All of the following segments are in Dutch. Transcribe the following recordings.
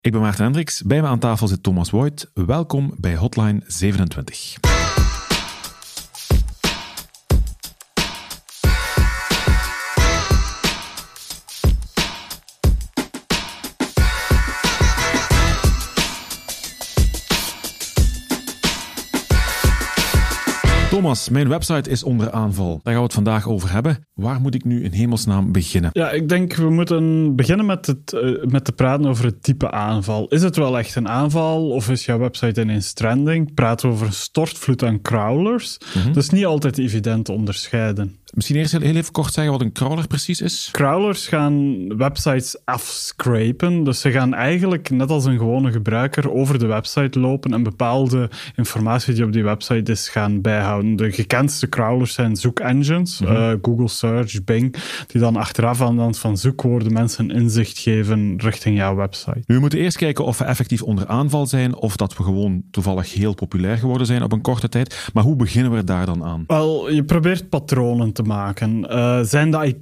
Ik ben Maarten Hendricks, bij me aan tafel zit Thomas Voigt. Welkom bij Hotline 27. Thomas, mijn website is onder aanval. Daar gaan we het vandaag over hebben. Waar moet ik nu in hemelsnaam beginnen? Ja, ik denk we moeten beginnen met te praten over het type aanval. Is het wel echt een aanval of is jouw website ineens trending? Praten we over een stortvloed aan crawlers? Dat is niet altijd evident te onderscheiden. Misschien eerst heel even kort zeggen wat een crawler precies is. Crawlers gaan websites afscrapen. Dus ze gaan eigenlijk, net als een gewone gebruiker, over de website lopen en bepaalde informatie die op die website is gaan bijhouden. De gekendste crawlers zijn zoekengines, Google Search, Bing, die dan achteraf aan de hand van zoekwoorden mensen inzicht geven richting jouw website. Nu, we moeten eerst kijken of we effectief onder aanval zijn of dat we gewoon toevallig heel populair geworden zijn op een korte tijd. Maar hoe beginnen we daar dan aan? Wel, je probeert patronen te maken. Zijn de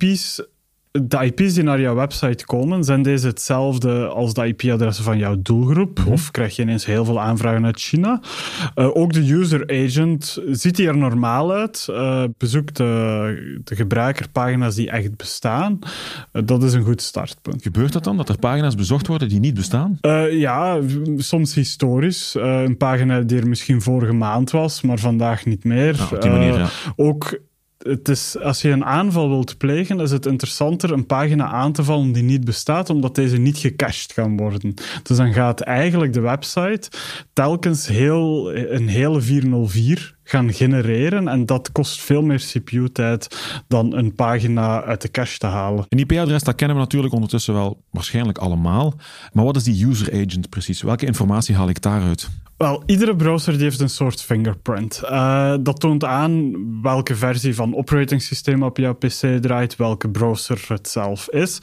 IP's die naar jouw website komen, zijn deze hetzelfde als de IP-adressen van jouw doelgroep? Of krijg je ineens heel veel aanvragen uit China? Ook de user agent, ziet die er normaal uit? Bezoek de gebruikerpagina's die echt bestaan. Dat is een goed startpunt. Gebeurt dat dan, dat er pagina's bezocht worden die niet bestaan? Ja, soms historisch. Een pagina die er misschien vorige maand was, maar vandaag niet meer. Nou, op die manier, ja. Ook... als je een aanval wilt plegen, is het interessanter een pagina aan te vallen die niet bestaat, omdat deze niet gecached kan worden. Dus dan gaat eigenlijk de website telkens een hele 404 gaan genereren en dat kost veel meer CPU-tijd dan een pagina uit de cache te halen. Een IP-adres, dat kennen we natuurlijk ondertussen wel waarschijnlijk allemaal. Maar wat is die user agent precies? Welke informatie haal ik daaruit? Wel, iedere browser die heeft een soort fingerprint. Dat toont aan welke versie van operatingsysteem op jouw PC draait, welke browser het zelf is.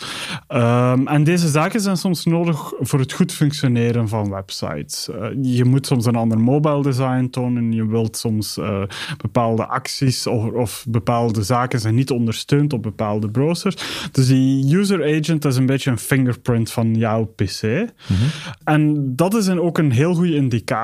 En deze zaken zijn soms nodig voor het goed functioneren van websites. Je moet soms een ander mobile design tonen, je wilt soms bepaalde acties of bepaalde zaken zijn niet ondersteund op bepaalde browsers. Dus die user agent is een beetje een fingerprint van jouw PC. En dat is ook een heel goede indicatie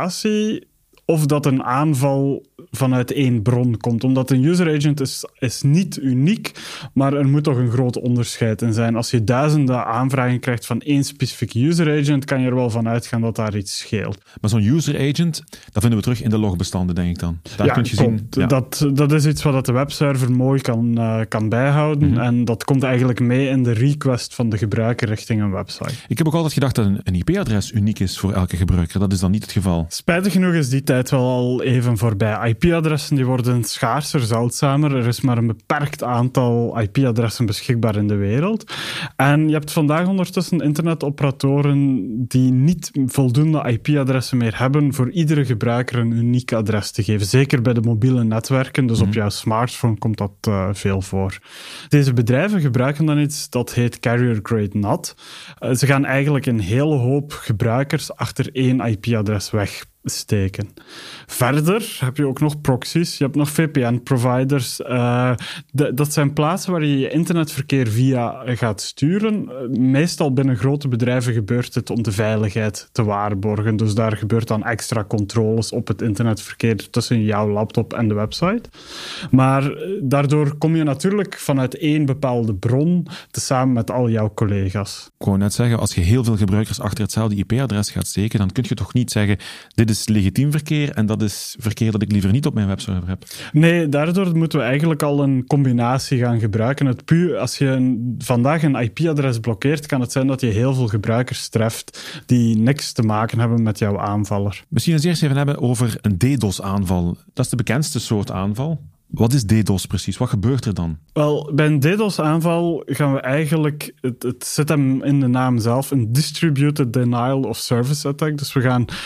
of dat een aanval vanuit één bron komt. Omdat een user agent is niet uniek, maar er moet toch een groot onderscheid in zijn. Als je duizenden aanvragen krijgt van één specifieke user agent, kan je er wel van uitgaan dat daar iets scheelt. Maar zo'n user agent, dat vinden we terug in de logbestanden, denk ik dan. Daar kun je zien. Ja. Dat is iets wat de webserver mooi kan bijhouden. En dat komt eigenlijk mee in de request van de gebruiker richting een website. Ik heb ook altijd gedacht dat een IP-adres uniek is voor elke gebruiker. Dat is dan niet het geval. Spijtig genoeg is die tijd wel al even voorbij. IP-adressen die worden schaarser, zeldzamer. Er is maar een beperkt aantal IP-adressen beschikbaar in de wereld. En je hebt vandaag ondertussen internetoperatoren die niet voldoende IP-adressen meer hebben voor iedere gebruiker een uniek adres te geven. Zeker bij de mobiele netwerken, dus op jouw smartphone komt dat veel voor. Deze bedrijven gebruiken dan iets dat heet Carrier Grade NAT. Ze gaan eigenlijk een hele hoop gebruikers achter één IP-adres wegsteken. Verder heb je ook nog proxies, je hebt nog VPN-providers. Dat zijn plaatsen waar je je internetverkeer via gaat sturen. Meestal binnen grote bedrijven gebeurt het om de veiligheid te waarborgen. Dus daar gebeurt dan extra controles op het internetverkeer tussen jouw laptop en de website. Maar daardoor kom je natuurlijk vanuit één bepaalde bron tezamen met al jouw collega's. Ik wou net zeggen, als je heel veel gebruikers achter hetzelfde IP-adres gaat steken, dan kun je toch niet zeggen, dit is legitiem verkeer en dat is verkeer dat ik liever niet op mijn webserver heb. Nee, daardoor moeten we eigenlijk al een combinatie gaan gebruiken. Als je vandaag een IP-adres blokkeert, kan het zijn dat je heel veel gebruikers treft die niks te maken hebben met jouw aanvaller. Misschien eens eerst even hebben over een DDoS-aanval. Dat is de bekendste soort aanval. Wat is DDoS precies? Wat gebeurt er dan? Wel, bij een DDoS-aanval gaan we eigenlijk... Het zit hem in de naam zelf, een Distributed Denial of Service Attack. Dus we gaan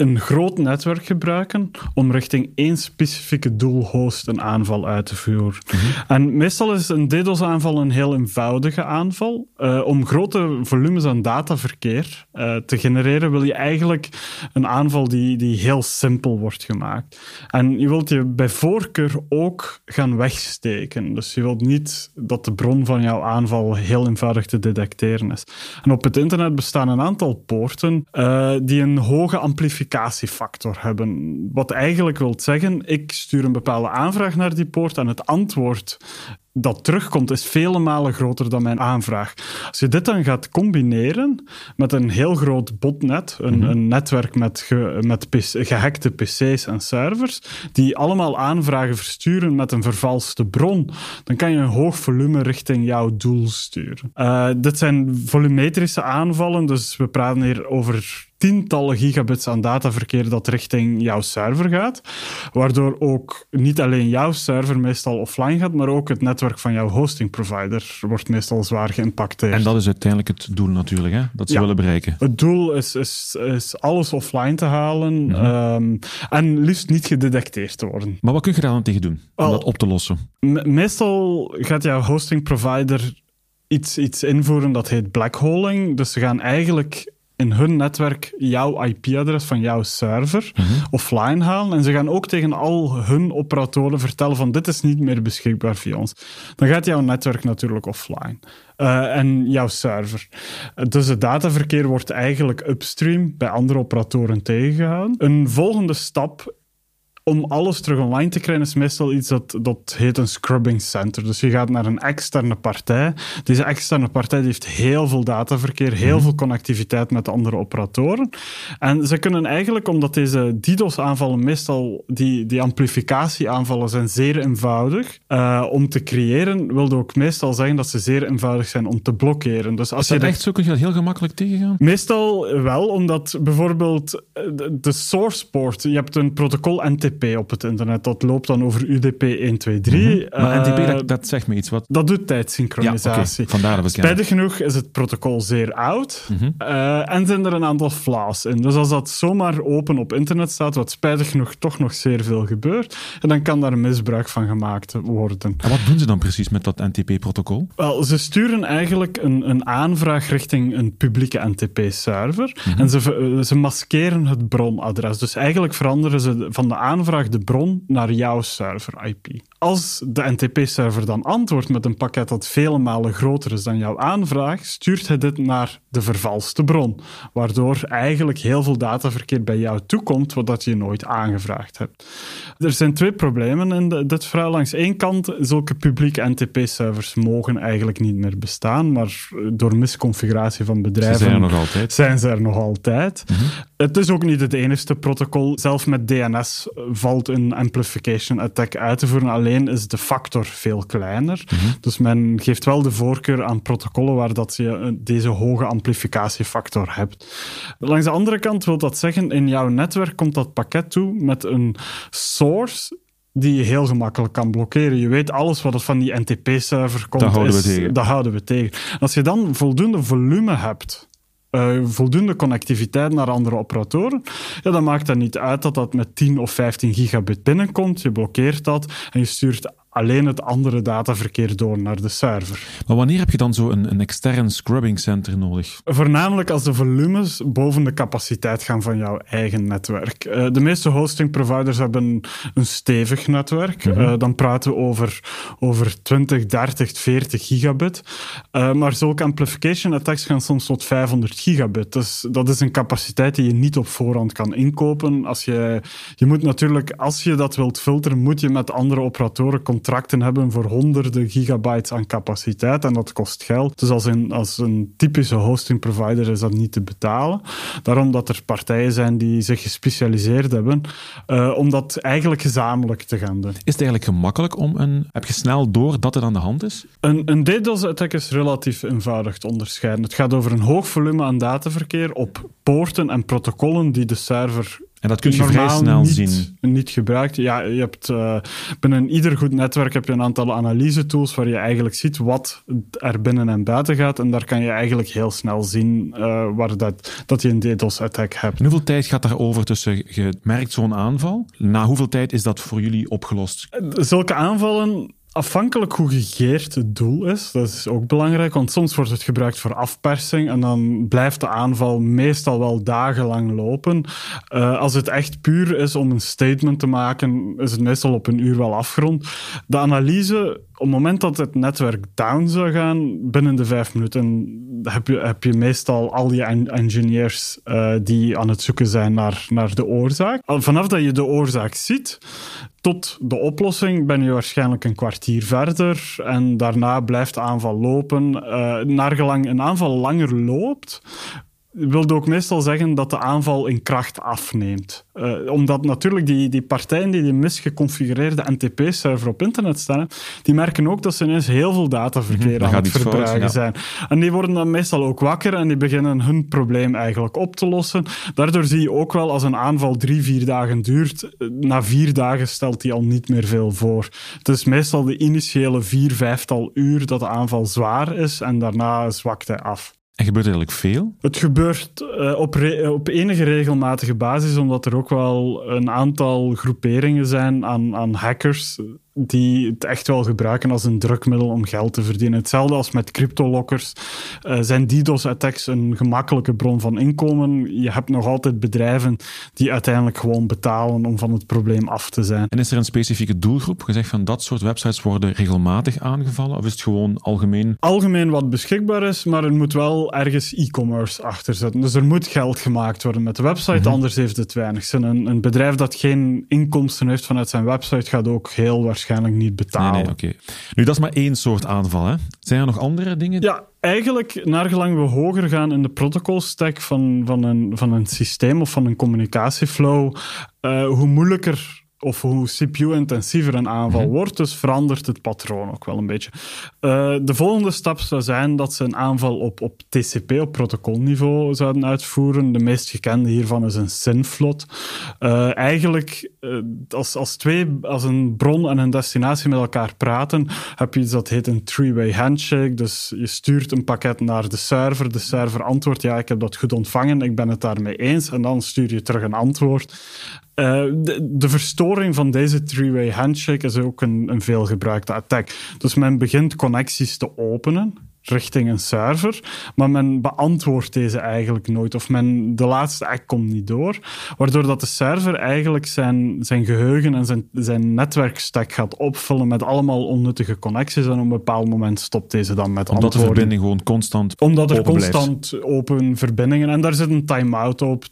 een groot netwerk gebruiken om richting één specifieke doelhost een aanval uit te voeren. En meestal is een DDoS-aanval een heel eenvoudige aanval. Om grote volumes aan dataverkeer te genereren, wil je eigenlijk een aanval die heel simpel wordt gemaakt. En je wilt je bij voorkeur ook gaan wegsteken. Dus je wilt niet dat de bron van jouw aanval heel eenvoudig te detecteren is. En op het internet bestaan een aantal poorten die een hoge amplificatiefactor hebben. Wat eigenlijk wil zeggen, ik stuur een bepaalde aanvraag naar die poort en het antwoord dat terugkomt is vele malen groter dan mijn aanvraag. Als je dit dan gaat combineren met een heel groot botnet, een netwerk met gehackte PC's en servers, die allemaal aanvragen versturen met een vervalste bron, dan kan je een hoog volume richting jouw doel sturen. Dit zijn volumetrische aanvallen, dus we praten hier over tientallen gigabits aan dataverkeer dat richting jouw server gaat, waardoor ook niet alleen jouw server meestal offline gaat, maar ook het netwerk van jouw hosting provider wordt meestal zwaar geïmpacteerd. En dat is uiteindelijk het doel natuurlijk, hè? Dat ze willen bereiken. Het doel is alles offline te halen en liefst niet gedetecteerd te worden. Maar wat kun je daar dan tegen doen om dat op te lossen? Meestal gaat jouw hosting provider iets invoeren dat heet blackholing. Dus ze gaan eigenlijk in hun netwerk jouw IP-adres van jouw server offline halen. En ze gaan ook tegen al hun operatoren vertellen van dit is niet meer beschikbaar via ons. Dan gaat jouw netwerk natuurlijk offline. En jouw server. Dus het dataverkeer wordt eigenlijk upstream bij andere operatoren tegengehouden. Een volgende stap om alles terug online te krijgen is meestal iets dat heet een scrubbing center. Dus je gaat naar een externe partij. Deze externe partij die heeft heel veel dataverkeer, heel veel connectiviteit met andere operatoren. En ze kunnen eigenlijk, omdat deze DDoS-aanvallen meestal, die amplificatieaanvallen zijn zeer eenvoudig om te creëren, wil ook meestal zeggen dat ze zeer eenvoudig zijn om te blokkeren. Dus als is dat echt zo? Kun je dat heel gemakkelijk tegengaan? Meestal wel, omdat bijvoorbeeld de source port, je hebt een protocol NTP op het internet. Dat loopt dan over UDP 123. Maar NTP, dat zegt me iets. Wat? Dat doet tijdsynchronisatie. Ja, vandaar dat we Spijtig genoeg is het protocol zeer oud en zijn er een aantal flaws in. Dus als dat zomaar open op internet staat, wat spijtig genoeg toch nog zeer veel gebeurt, dan kan daar misbruik van gemaakt worden. En wat doen ze dan precies met dat NTP-protocol? Wel, ze sturen eigenlijk een aanvraag richting een publieke NTP-server en ze maskeren het bronadres. Dus eigenlijk veranderen ze van de aanvraag de bron naar jouw server-IP. Als de NTP-server dan antwoordt met een pakket dat vele malen groter is dan jouw aanvraag, stuurt hij dit naar de vervalste bron, waardoor eigenlijk heel veel dataverkeer bij jou toekomt, wat je nooit aangevraagd hebt. Er zijn twee problemen in dit verhaal. Langs één kant, zulke publieke NTP-servers mogen eigenlijk niet meer bestaan, maar door misconfiguratie van bedrijven zijn ze er nog altijd. Het is ook niet het enigste protocol. Zelf met DNS valt een amplification attack uit te voeren. Alleen is de factor veel kleiner. Dus men geeft wel de voorkeur aan protocollen waar dat je deze hoge amplificatiefactor hebt. Langs de andere kant wil dat zeggen, in jouw netwerk komt dat pakket toe met een source die je heel gemakkelijk kan blokkeren. Je weet alles wat er van die NTP-server komt. Dat houden we tegen. Als je dan voldoende volume hebt, voldoende connectiviteit naar andere operatoren, dan maakt dat niet uit dat dat met 10 of 15 gigabit binnenkomt. Je blokkeert dat en je stuurt alleen het andere dataverkeer door naar de server. Maar wanneer heb je dan zo een extern scrubbing center nodig? Voornamelijk als de volumes boven de capaciteit gaan van jouw eigen netwerk. De meeste hosting providers hebben een stevig netwerk. Dan praten we over 20, 30, 40 gigabit. Maar zulke amplification attacks gaan soms tot 500 gigabit. Dus dat is een capaciteit die je niet op voorhand kan inkopen. Je moet natuurlijk, als je dat wilt filteren, moet je met andere operatoren contracten hebben voor honderden gigabytes aan capaciteit en dat kost geld. Dus als een typische hosting provider is dat niet te betalen. Daarom dat er partijen zijn die zich gespecialiseerd hebben om dat eigenlijk gezamenlijk te gaan doen. Is het eigenlijk gemakkelijk heb je snel door dat het aan de hand is? Een DDoS-attack is relatief eenvoudig te onderscheiden. Het gaat over een hoog volume aan dataverkeer op poorten en protocollen die de server En dat kun je vrij snel zien. Niet gebruikt. Ja, je hebt binnen ieder goed netwerk heb je een aantal analyse-tools waar je eigenlijk ziet wat er binnen en buiten gaat. En daar kan je eigenlijk heel snel zien waar dat je een DDoS-attack hebt. En hoeveel tijd gaat daarover tussen je merkt zo'n aanval? Na hoeveel tijd is dat voor jullie opgelost? Zulke aanvallen... Afhankelijk hoe gegeerd het doel is, dat is ook belangrijk, want soms wordt het gebruikt voor afpersing en dan blijft de aanval meestal wel dagenlang lopen. Als het echt puur is om een statement te maken, is het meestal op een uur wel afgerond. De analyse, op het moment dat het netwerk down zou gaan, binnen de 5 minuten heb je meestal al die engineers die aan het zoeken zijn naar de oorzaak. Vanaf dat je de oorzaak ziet, tot de oplossing ben je waarschijnlijk een kwartier verder en daarna blijft de aanval lopen. Naargelang een aanval langer loopt, wil ook meestal zeggen dat de aanval in kracht afneemt. Omdat natuurlijk die partijen die misgeconfigureerde NTP-server op internet staan, die merken ook dat ze ineens heel veel dataverkeer aan het verbruiken zijn. En die worden dan meestal ook wakker en die beginnen hun probleem eigenlijk op te lossen. Daardoor zie je ook wel als een aanval 3-4 dagen duurt, na 4 dagen stelt die al niet meer veel voor. Het is meestal de initiële 4-5 uur dat de aanval zwaar is en daarna zwakt hij af. En gebeurt er eigenlijk veel? Het gebeurt op enige regelmatige basis, omdat er ook wel een aantal groeperingen zijn aan hackers die het echt wel gebruiken als een drukmiddel om geld te verdienen. Hetzelfde als met cryptolockers. Zijn DDoS-attacks een gemakkelijke bron van inkomen? Je hebt nog altijd bedrijven die uiteindelijk gewoon betalen om van het probleem af te zijn. En is er een specifieke doelgroep? Je zegt van dat soort websites worden regelmatig aangevallen? Of is het gewoon algemeen? Algemeen wat beschikbaar is, maar er moet wel ergens e-commerce achter zitten. Dus er moet geld gemaakt worden met de website, anders heeft het weinig zin. Een bedrijf dat geen inkomsten heeft vanuit zijn website gaat ook heel waarschijnlijk niet betalen. Nee, oké. Nu, dat is maar één soort aanval, hè? Zijn er nog andere dingen? Ja, eigenlijk, naargelang we hoger gaan in de protocolstack van een systeem of van een communicatieflow, hoe moeilijker of hoe CPU-intensiever een aanval wordt, dus verandert het patroon ook wel een beetje. De volgende stap zou zijn dat ze een aanval op TCP, op protocolniveau, zouden uitvoeren. De meest gekende hiervan is een Synflot. Eigenlijk, als een bron en een destinatie met elkaar praten, heb je iets dat heet een three-way handshake. Dus je stuurt een pakket naar de server antwoordt, ja, ik heb dat goed ontvangen, ik ben het daarmee eens, en dan stuur je terug een antwoord. De verstoring van deze three-way handshake is ook een veelgebruikte attack. Dus men begint connecties te openen richting een server, maar men beantwoordt deze eigenlijk nooit. Of de laatste act komt niet door, waardoor dat de server eigenlijk zijn geheugen en zijn netwerkstack gaat opvullen met allemaal onnuttige connecties en op een bepaald moment stopt deze dan met antwoorden. Omdat de verbinding gewoon constant Omdat er open constant blijft. Open verbindingen en daar zit een time-out op.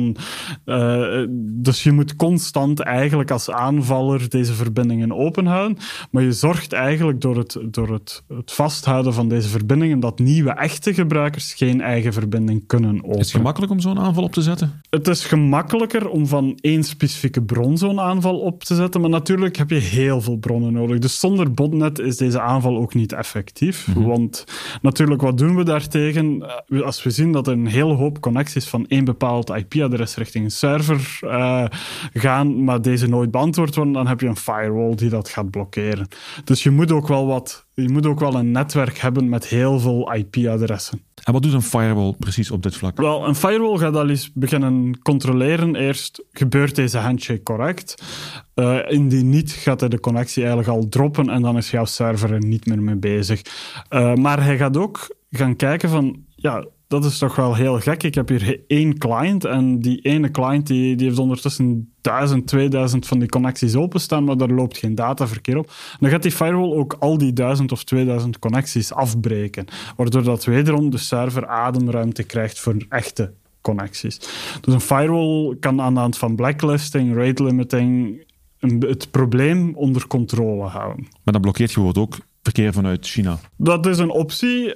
Dus je moet constant eigenlijk als aanvaller deze verbindingen openhouden, maar je zorgt eigenlijk door het vasthouden van deze verbindingen dat nieuwe echte gebruikers geen eigen verbinding kunnen openen. Is het gemakkelijk om zo'n aanval op te zetten? Het is gemakkelijker om van één specifieke bron zo'n aanval op te zetten, maar natuurlijk heb je heel veel bronnen nodig. Dus zonder botnet is deze aanval ook niet effectief. Want natuurlijk, wat doen we daartegen? Als we zien dat er een hele hoop connecties van één bepaald IP-adres richting een server gaan, maar deze nooit beantwoord worden, dan heb je een firewall die dat gaat blokkeren. Dus je moet ook wel een netwerk hebben met heel veel IP-adressen. En wat doet een firewall precies op dit vlak? Wel, een firewall gaat al eens beginnen controleren. Eerst, gebeurt deze handshake correct? Indien niet, gaat hij de connectie eigenlijk al droppen en dan is jouw server er niet meer mee bezig. Maar hij gaat ook gaan kijken van, ja, dat is toch wel heel gek. Ik heb hier 1 client en die ene client die heeft ondertussen 1000, 2000 van die connecties openstaan, maar daar loopt geen dataverkeer op. Dan gaat die firewall ook al die 1000 of 2000 connecties afbreken, waardoor dat wederom de server ademruimte krijgt voor echte connecties. Dus een firewall kan aan de hand van blacklisting, rate limiting het probleem onder controle houden. Maar dan blokkeert je bijvoorbeeld ook verkeer vanuit China? Dat is een optie.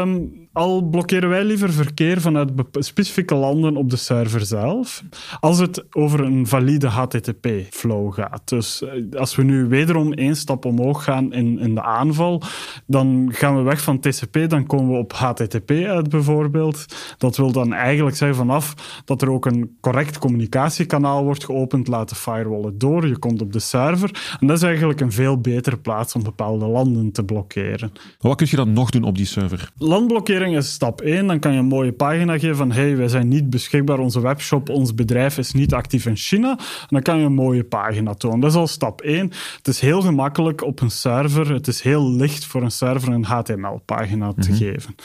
Al blokkeren wij liever verkeer vanuit specifieke landen op de server zelf, als het over een valide HTTP-flow gaat. Dus als we nu wederom 1 stap omhoog gaan in de aanval, dan gaan we weg van TCP, dan komen we op HTTP uit bijvoorbeeld. Dat wil dan eigenlijk zeggen vanaf dat er ook een correct communicatiekanaal wordt geopend, laat de firewall het door, je komt op de server. En dat is eigenlijk een veel betere plaats om bepaalde landen te blokkeren. Maar wat kun je dan nog doen op die server? Landblokkering is stap 1. Dan kan je een mooie pagina geven van hey, wij zijn niet beschikbaar, onze webshop, ons bedrijf is niet actief in China. En dan kan je een mooie pagina tonen. Dat is al stap 1. Het is heel gemakkelijk op een server. Het is heel licht voor een server een HTML-pagina te geven.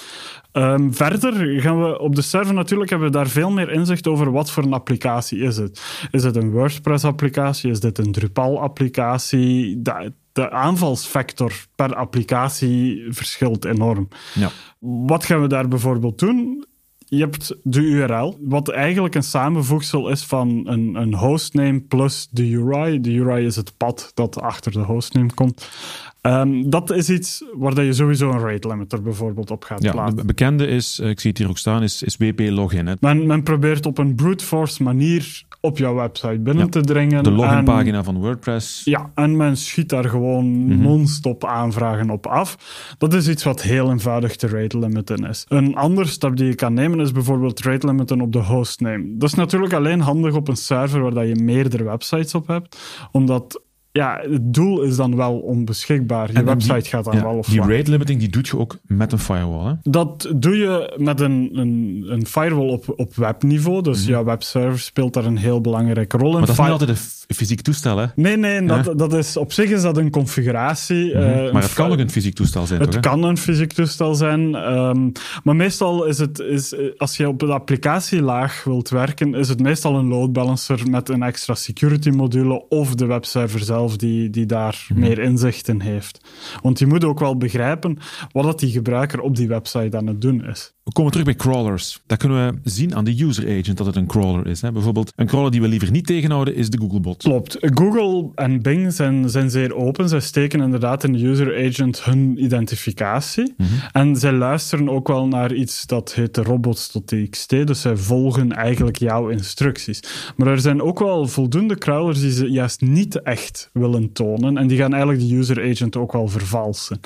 Verder gaan we op de server natuurlijk hebben we daar veel meer inzicht over wat voor een applicatie is het. Is het een WordPress-applicatie? Is dit een Drupal-applicatie? De aanvalsvector per applicatie verschilt enorm. Ja. Wat gaan we daar bijvoorbeeld doen? Je hebt de URL, wat eigenlijk een samenvoegsel is van een hostname plus de URI. De URI is het pad dat achter de hostname komt. Dat is iets waar je sowieso een rate limiter bijvoorbeeld op gaat plaatsen. De bekende is, ik zie het hier ook staan, is WP login. Hè? Men probeert op een brute force manier op jouw website binnen te dringen. De loginpagina van WordPress. Ja, en men schiet daar gewoon non-stop aanvragen op af. Dat is iets wat heel eenvoudig te rate limiten is. Een andere stap die je kan nemen is bijvoorbeeld rate limiten op de hostname. Dat is natuurlijk alleen handig op een server waar je meerdere websites op hebt, omdat het doel is dan wel onbeschikbaar. Je website gaat dan wel offline. Die rate limiting die doet je ook met een firewall, hè? Dat doe je met een firewall op webniveau. Dus jouw webserver speelt daar een heel belangrijke rol in. Maar dat is niet altijd een fysiek toestel, hè? Nee, dat is, op zich is dat een configuratie. Maar het kan ook een fysiek toestel zijn, Het kan een fysiek toestel zijn. Maar meestal is het, als je op de applicatielaag wilt werken, is het meestal een load balancer met een extra security module of de webserver zelf die daar meer inzicht in heeft. Want je moet ook wel begrijpen wat dat die gebruiker op die website aan het doen is. We komen terug bij crawlers. Dat kunnen we zien aan de user agent dat het een crawler is. Hè? Bijvoorbeeld een crawler die we liever niet tegenhouden is de Googlebot. Klopt. Google en Bing zijn zeer open. Zij steken inderdaad in de user agent hun identificatie. En zij luisteren ook wel naar iets dat heet de robots.txt. Dus zij volgen eigenlijk jouw instructies. Maar er zijn ook wel voldoende crawlers die ze juist niet echt willen tonen. En die gaan eigenlijk de user agent ook wel vervalsen.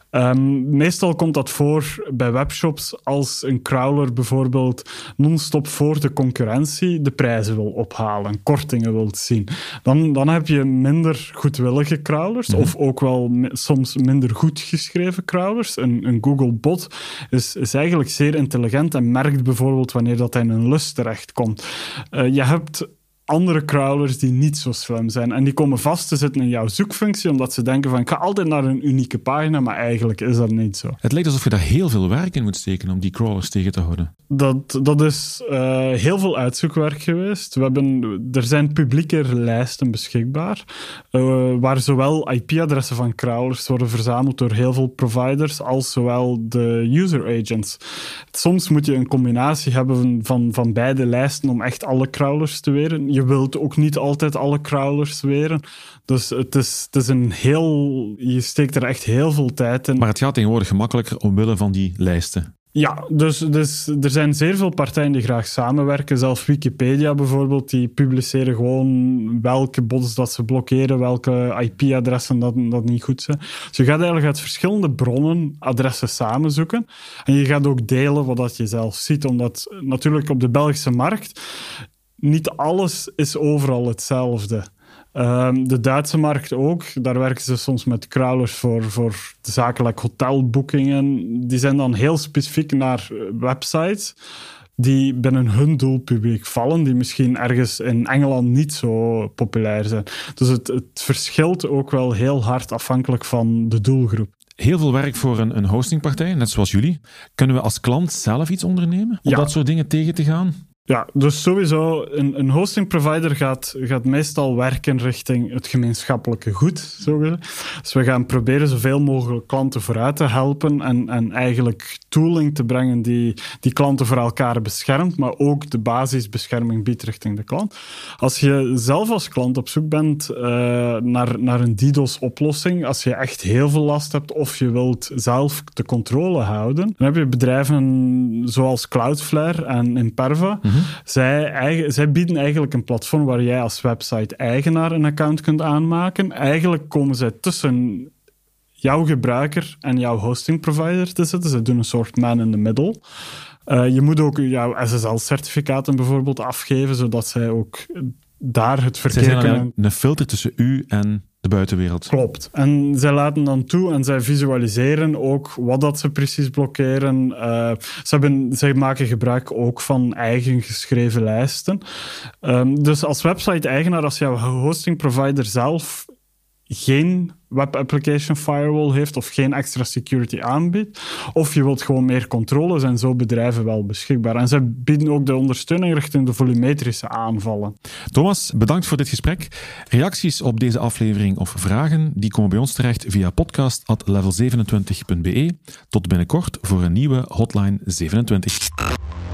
Meestal komt dat voor bij webshops als een crawler bijvoorbeeld non-stop voor de concurrentie de prijzen wil ophalen, kortingen wil zien. Dan heb je minder goedwillige crawlers of ook wel soms minder goed geschreven crawlers. Een Googlebot is eigenlijk zeer intelligent en merkt bijvoorbeeld wanneer dat hij in een lus terechtkomt. Je hebt andere crawlers die niet zo slim zijn. En die komen vast te zitten in jouw zoekfunctie, omdat ze denken van, ik ga altijd naar een unieke pagina, maar eigenlijk is dat niet zo. Het lijkt alsof je daar heel veel werk in moet steken om die crawlers tegen te houden. Dat is heel veel uitzoekwerk geweest. Er zijn publieke lijsten beschikbaar, waar zowel IP-adressen van crawlers worden verzameld door heel veel providers, als zowel de user agents. Soms moet je een combinatie hebben van beide lijsten om echt alle crawlers te weren. Je wilt ook niet altijd alle crawlers weren. Dus het is een je steekt er echt heel veel tijd in. Maar het gaat tegenwoordig gemakkelijker omwille van die lijsten. Ja, dus er zijn zeer veel partijen die graag samenwerken. Zelfs Wikipedia bijvoorbeeld, die publiceren gewoon welke bots dat ze blokkeren, welke IP-adressen dat niet goed zijn. Dus je gaat eigenlijk uit verschillende bronnen adressen samenzoeken. En je gaat ook delen wat dat je zelf ziet, omdat natuurlijk op de Belgische markt niet alles is overal hetzelfde. De Duitse markt ook. Daar werken ze soms met crawlers voor zakelijk hotelboekingen. Die zijn dan heel specifiek naar websites die binnen hun doelpubliek vallen, die misschien ergens in Engeland niet zo populair zijn. Dus het verschilt ook wel heel hard afhankelijk van de doelgroep. Heel veel werk voor een hostingpartij, net zoals jullie. Kunnen we als klant zelf iets ondernemen om dat soort dingen tegen te gaan? Ja, dus sowieso, een hosting provider gaat meestal werken richting het gemeenschappelijke goed. Zogezegd. Dus we gaan proberen zoveel mogelijk klanten vooruit te helpen en eigenlijk tooling te brengen die klanten voor elkaar beschermt, maar ook de basisbescherming biedt richting de klant. Als je zelf als klant op zoek bent naar een DDoS-oplossing, als je echt heel veel last hebt of je wilt zelf de controle houden, dan heb je bedrijven zoals Cloudflare en Imperva. Zij bieden eigenlijk een platform waar jij als website-eigenaar een account kunt aanmaken. Eigenlijk komen zij tussen jouw gebruiker en jouw hosting provider te zitten. Ze doen een soort man in the middle. Je moet ook jouw SSL-certificaten bijvoorbeeld afgeven, zodat zij ook daar het verkeer kunnen... Zij zijn een filter tussen u en de buitenwereld. Klopt. En zij laten dan toe en zij visualiseren ook wat dat ze precies blokkeren. Zij maken gebruik ook van eigen geschreven lijsten. Dus als website-eigenaar, als jouw hosting provider zelf geen web application firewall heeft of geen extra security aanbiedt, of je wilt gewoon meer controle, zijn zo bedrijven wel beschikbaar. En zij bieden ook de ondersteuning richting de volumetrische aanvallen. Thomas, bedankt voor dit gesprek. Reacties op deze aflevering of vragen, die komen bij ons terecht via podcast@level27.be. Tot binnenkort voor een nieuwe Hotline 27.